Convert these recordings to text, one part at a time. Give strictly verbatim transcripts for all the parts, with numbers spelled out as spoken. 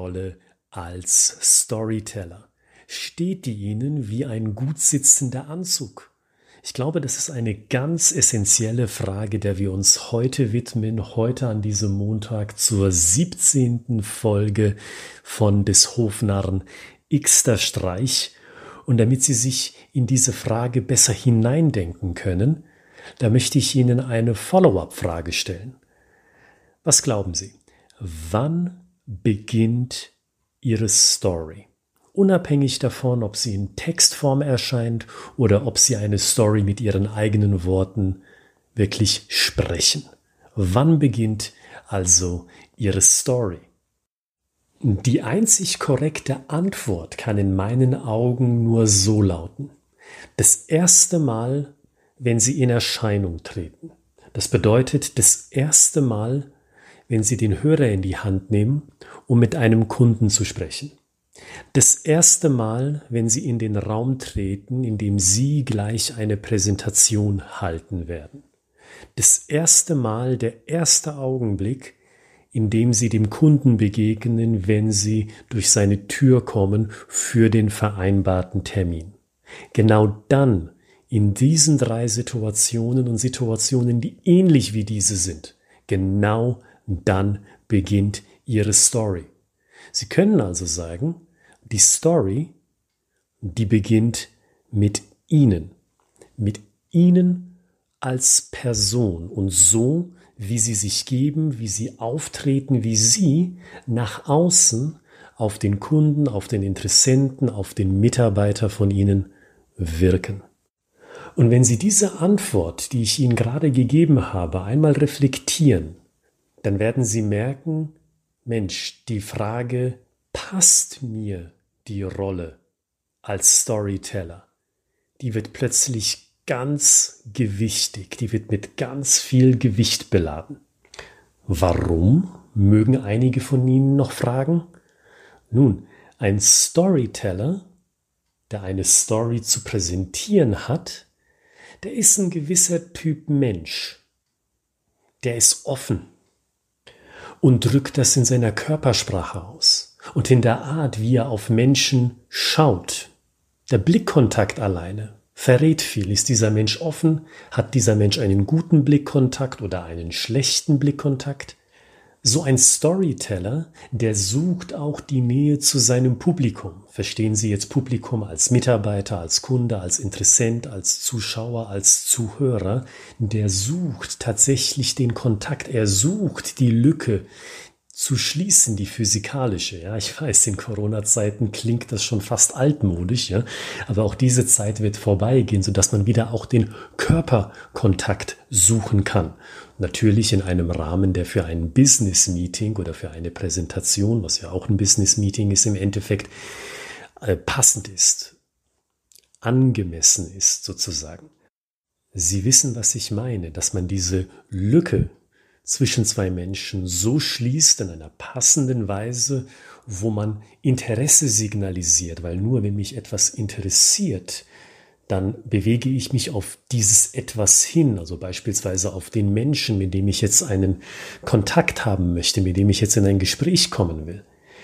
Rolle als Storyteller? Steht die Ihnen wie ein gut sitzender Anzug? Ich glaube, das ist eine ganz essentielle Frage, der wir uns heute widmen, heute an diesem Montag zur siebzehnten Folge von des Hofnarren Xter Streich. Und damit Sie sich in diese Frage besser hineindenken können, da möchte ich Ihnen eine Follow-up-Frage stellen. Was glauben Sie? Wann beginnt Ihre Story? Unabhängig davon, ob sie in Textform erscheint oder ob Sie eine Story mit Ihren eigenen Worten wirklich sprechen. Wann beginnt also Ihre Story? Die einzig korrekte Antwort kann in meinen Augen nur so lauten: Das erste Mal, wenn Sie in Erscheinung treten. Das bedeutet das erste Mal, wenn Sie den Hörer in die Hand nehmen, um mit einem Kunden zu sprechen. Das erste Mal, wenn Sie in den Raum treten, in dem Sie gleich eine Präsentation halten werden. Das erste Mal, der erste Augenblick, in dem Sie dem Kunden begegnen, wenn Sie durch seine Tür kommen für den vereinbarten Termin. Genau dann, in diesen drei Situationen und Situationen, die ähnlich wie diese sind, genau dann beginnt Ihre Story. Sie können also sagen, die Story, die beginnt mit Ihnen, mit Ihnen als Person und so, wie Sie sich geben, wie Sie auftreten, wie Sie nach außen auf den Kunden, auf den Interessenten, auf den Mitarbeiter von Ihnen wirken. Und wenn Sie diese Antwort, die ich Ihnen gerade gegeben habe, einmal reflektieren, dann werden Sie merken, Mensch, die Frage, passt mir die Rolle als Storyteller, die wird plötzlich ganz gewichtig, die wird mit ganz viel Gewicht beladen. Warum, mögen einige von Ihnen noch fragen? Nun, ein Storyteller, der eine Story zu präsentieren hat, der ist ein gewisser Typ Mensch. Der ist offen und drückt das in seiner Körpersprache aus und in der Art, wie er auf Menschen schaut. Der Blickkontakt alleine verrät viel. Ist dieser Mensch offen? Hat dieser Mensch einen guten Blickkontakt oder einen schlechten Blickkontakt? So ein Storyteller, der sucht auch die Nähe zu seinem Publikum. Verstehen Sie jetzt Publikum als Mitarbeiter, als Kunde, als Interessent, als Zuschauer, als Zuhörer? Der sucht tatsächlich den Kontakt. Er sucht die Lücke zu schließen, die physikalische. Ja, ich weiß, in Corona-Zeiten klingt das schon fast altmodisch, ja, aber auch diese Zeit wird vorbeigehen, sodass man wieder auch den Körperkontakt suchen kann. Natürlich in einem Rahmen, der für ein Business-Meeting oder für eine Präsentation, was ja auch ein Business-Meeting ist, im Endeffekt äh, passend ist, angemessen ist sozusagen. Sie wissen, was ich meine, dass man diese Lücke zwischen zwei Menschen so schließt in einer passenden Weise, wo man Interesse signalisiert, weil nur wenn mich etwas interessiert, dann bewege ich mich auf dieses Etwas hin, also beispielsweise auf den Menschen, mit dem ich jetzt einen Kontakt haben möchte, mit dem ich jetzt in ein Gespräch kommen will.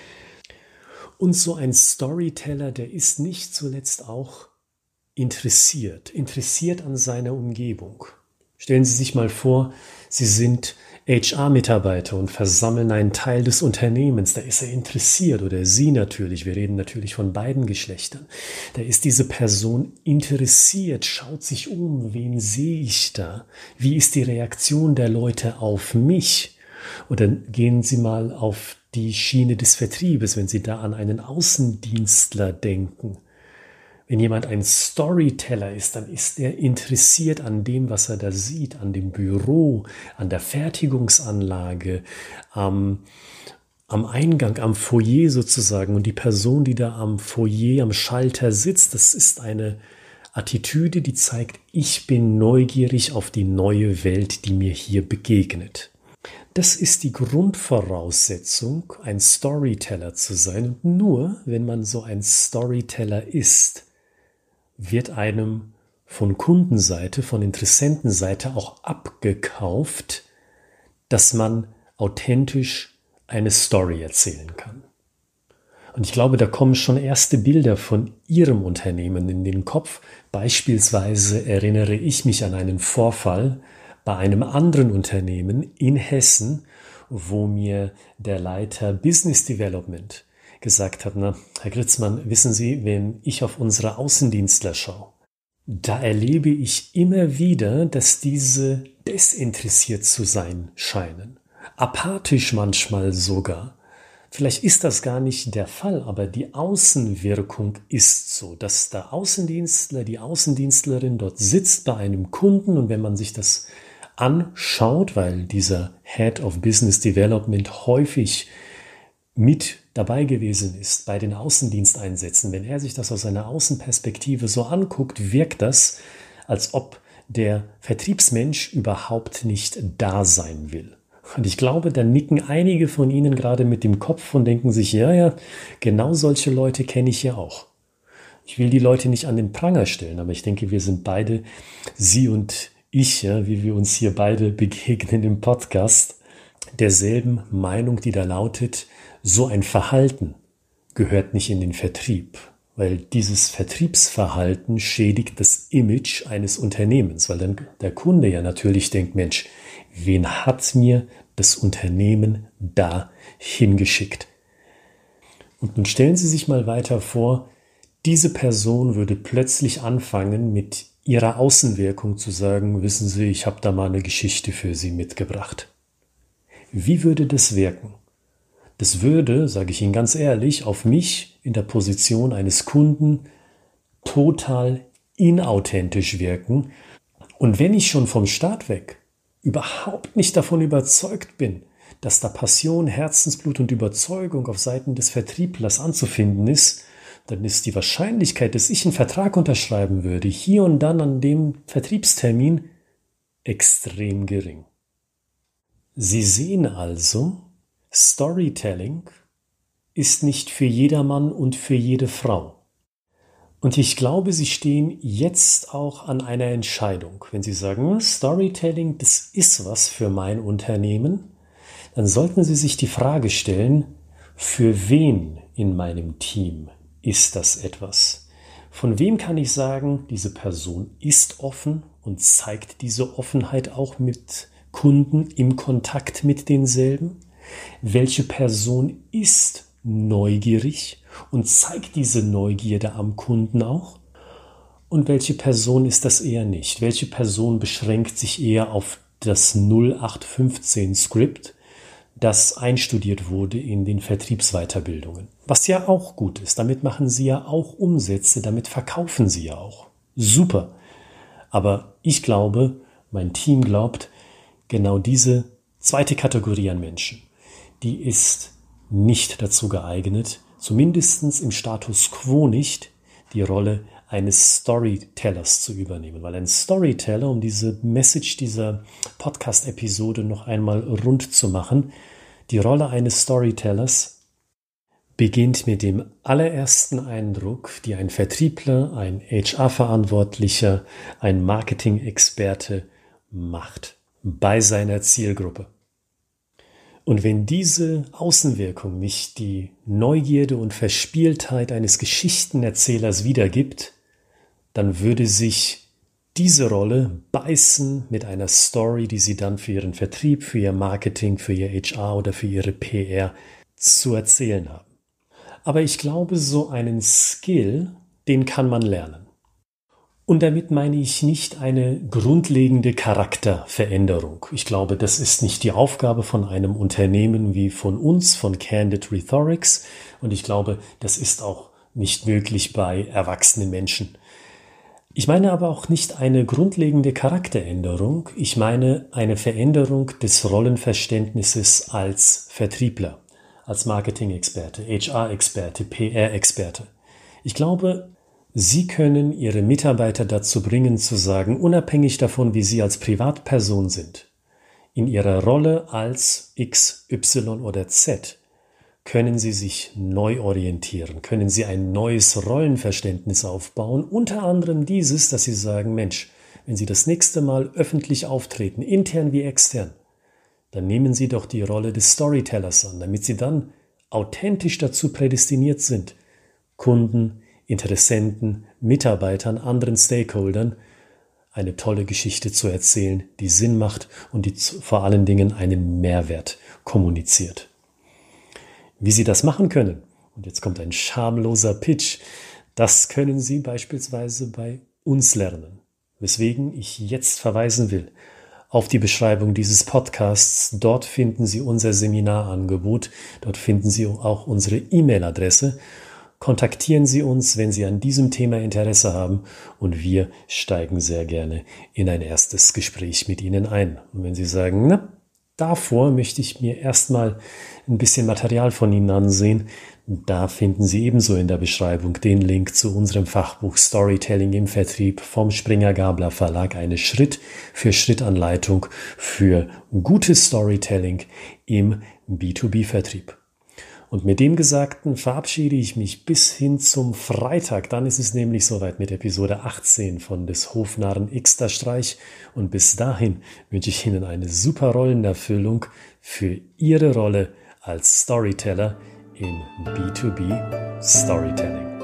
Und so ein Storyteller, der ist nicht zuletzt auch interessiert, interessiert an seiner Umgebung. Stellen Sie sich mal vor, Sie sind H R-Mitarbeiter und versammeln einen Teil des Unternehmens. Da ist er interessiert oder sie natürlich. Wir reden natürlich von beiden Geschlechtern. Da ist diese Person interessiert, schaut sich um. Wen sehe ich da? Wie ist die Reaktion der Leute auf mich? Oder gehen Sie mal auf die Schiene des Vertriebes, wenn Sie da an einen Außendienstler denken. Wenn jemand ein Storyteller ist, dann ist er interessiert an dem, was er da sieht, an dem Büro, an der Fertigungsanlage, am, am Eingang, am Foyer sozusagen. Und die Person, die da am Foyer, am Schalter sitzt, das ist eine Attitüde, die zeigt, ich bin neugierig auf die neue Welt, die mir hier begegnet. Das ist die Grundvoraussetzung, ein Storyteller zu sein. Und nur, wenn man so ein Storyteller ist, wird einem von Kundenseite, von Interessentenseite auch abgekauft, dass man authentisch eine Story erzählen kann. Und ich glaube, da kommen schon erste Bilder von Ihrem Unternehmen in den Kopf. Beispielsweise erinnere ich mich an einen Vorfall bei einem anderen Unternehmen in Hessen, wo mir der Leiter Business Development gesagt hat, na, Herr Gritzmann, wissen Sie, wenn ich auf unsere Außendienstler schaue, da erlebe ich immer wieder, dass diese desinteressiert zu sein scheinen. Apathisch manchmal sogar. Vielleicht ist das gar nicht der Fall, aber die Außenwirkung ist so, dass der Außendienstler, die Außendienstlerin dort sitzt bei einem Kunden und wenn man sich das anschaut, weil dieser Head of Business Development häufig mit dabei gewesen ist bei den Außendiensteinsätzen, wenn er sich das aus einer Außenperspektive so anguckt, wirkt das, als ob der Vertriebsmensch überhaupt nicht da sein will. Und ich glaube, da nicken einige von Ihnen gerade mit dem Kopf und denken sich, ja, ja, genau solche Leute kenne ich ja auch. Ich will die Leute nicht an den Pranger stellen, aber ich denke, wir sind beide, Sie und ich, ja, wie wir uns hier beide begegnen im Podcast, derselben Meinung, die da lautet, so ein Verhalten gehört nicht in den Vertrieb, weil dieses Vertriebsverhalten schädigt das Image eines Unternehmens, weil dann der Kunde ja natürlich denkt, Mensch, wen hat mir das Unternehmen da hingeschickt? Und nun stellen Sie sich mal weiter vor, diese Person würde plötzlich anfangen, mit ihrer Außenwirkung zu sagen, wissen Sie, ich habe da mal eine Geschichte für Sie mitgebracht. Wie würde das wirken? Das würde, sage ich Ihnen ganz ehrlich, auf mich in der Position eines Kunden total inauthentisch wirken. Und wenn ich schon vom Start weg überhaupt nicht davon überzeugt bin, dass da Passion, Herzensblut und Überzeugung auf Seiten des Vertrieblers anzufinden ist, dann ist die Wahrscheinlichkeit, dass ich einen Vertrag unterschreiben würde, hier und dann an dem Vertriebstermin, extrem gering. Sie sehen also, Storytelling ist nicht für jedermann und für jede Frau. Und ich glaube, Sie stehen jetzt auch an einer Entscheidung. Wenn Sie sagen, Storytelling, das ist was für mein Unternehmen, dann sollten Sie sich die Frage stellen, für wen in meinem Team ist das etwas? Von wem kann ich sagen, diese Person ist offen und zeigt diese Offenheit auch mit Kunden im Kontakt mit denselben? Welche Person ist neugierig und zeigt diese Neugierde am Kunden auch? Und welche Person ist das eher nicht? Welche Person beschränkt sich eher auf das null acht fünfzehn Skript, das einstudiert wurde in den Vertriebsweiterbildungen? Was ja auch gut ist. Damit machen Sie ja auch Umsätze, damit verkaufen Sie ja auch. Super. Aber ich glaube, mein Team glaubt, genau diese zweite Kategorie an Menschen, die ist nicht dazu geeignet, zumindest im Status quo nicht, die Rolle eines Storytellers zu übernehmen. Weil ein Storyteller, um diese Message dieser Podcast-Episode noch einmal rund zu machen, die Rolle eines Storytellers beginnt mit dem allerersten Eindruck, die ein Vertriebler, ein H R-Verantwortlicher, ein Marketing-Experte macht bei seiner Zielgruppe. Und wenn diese Außenwirkung nicht die Neugierde und Verspieltheit eines Geschichtenerzählers wiedergibt, dann würde sich diese Rolle beißen mit einer Story, die sie dann für ihren Vertrieb, für ihr Marketing, für ihr H R oder für ihre P R zu erzählen haben. Aber ich glaube, so einen Skill, den kann man lernen. Und damit meine ich nicht eine grundlegende Charakterveränderung. Ich glaube, das ist nicht die Aufgabe von einem Unternehmen wie von uns, von Candid Rhetorics. Und ich glaube, das ist auch nicht möglich bei erwachsenen Menschen. Ich meine aber auch nicht eine grundlegende Charakteränderung. Ich meine eine Veränderung des Rollenverständnisses als Vertriebler, als Marketing-Experte, H R-Experte, P R-Experte. Ich glaube, Sie können Ihre Mitarbeiter dazu bringen, zu sagen, unabhängig davon, wie Sie als Privatperson sind, in Ihrer Rolle als X, Y oder Z, können Sie sich neu orientieren, können Sie ein neues Rollenverständnis aufbauen, unter anderem dieses, dass Sie sagen, Mensch, wenn Sie das nächste Mal öffentlich auftreten, intern wie extern, dann nehmen Sie doch die Rolle des Storytellers an, damit Sie dann authentisch dazu prädestiniert sind, Kunden, Interessenten, Mitarbeitern, anderen Stakeholdern eine tolle Geschichte zu erzählen, die Sinn macht und die vor allen Dingen einen Mehrwert kommuniziert. Wie Sie das machen können, und jetzt kommt ein schamloser Pitch, das können Sie beispielsweise bei uns lernen. Weswegen ich jetzt verweisen will auf die Beschreibung dieses Podcasts. Dort finden Sie unser Seminarangebot, dort finden Sie auch unsere E-Mail-Adresse. Kontaktieren Sie uns, wenn Sie an diesem Thema Interesse haben, und wir steigen sehr gerne in ein erstes Gespräch mit Ihnen ein. Und wenn Sie sagen, na, davor möchte ich mir erstmal ein bisschen Material von Ihnen ansehen, da finden Sie ebenso in der Beschreibung den Link zu unserem Fachbuch Storytelling im Vertrieb vom Springer-Gabler Verlag, eine Schritt-für-Schritt-Anleitung für gutes Storytelling im B zwei B-Vertrieb. Und mit dem Gesagten verabschiede ich mich bis hin zum Freitag. Dann ist es nämlich soweit mit Episode achtzehn von des Hofnarren Xter Streich. Und bis dahin wünsche ich Ihnen eine super Rollenerfüllung für Ihre Rolle als Storyteller im B zwei B Storytelling.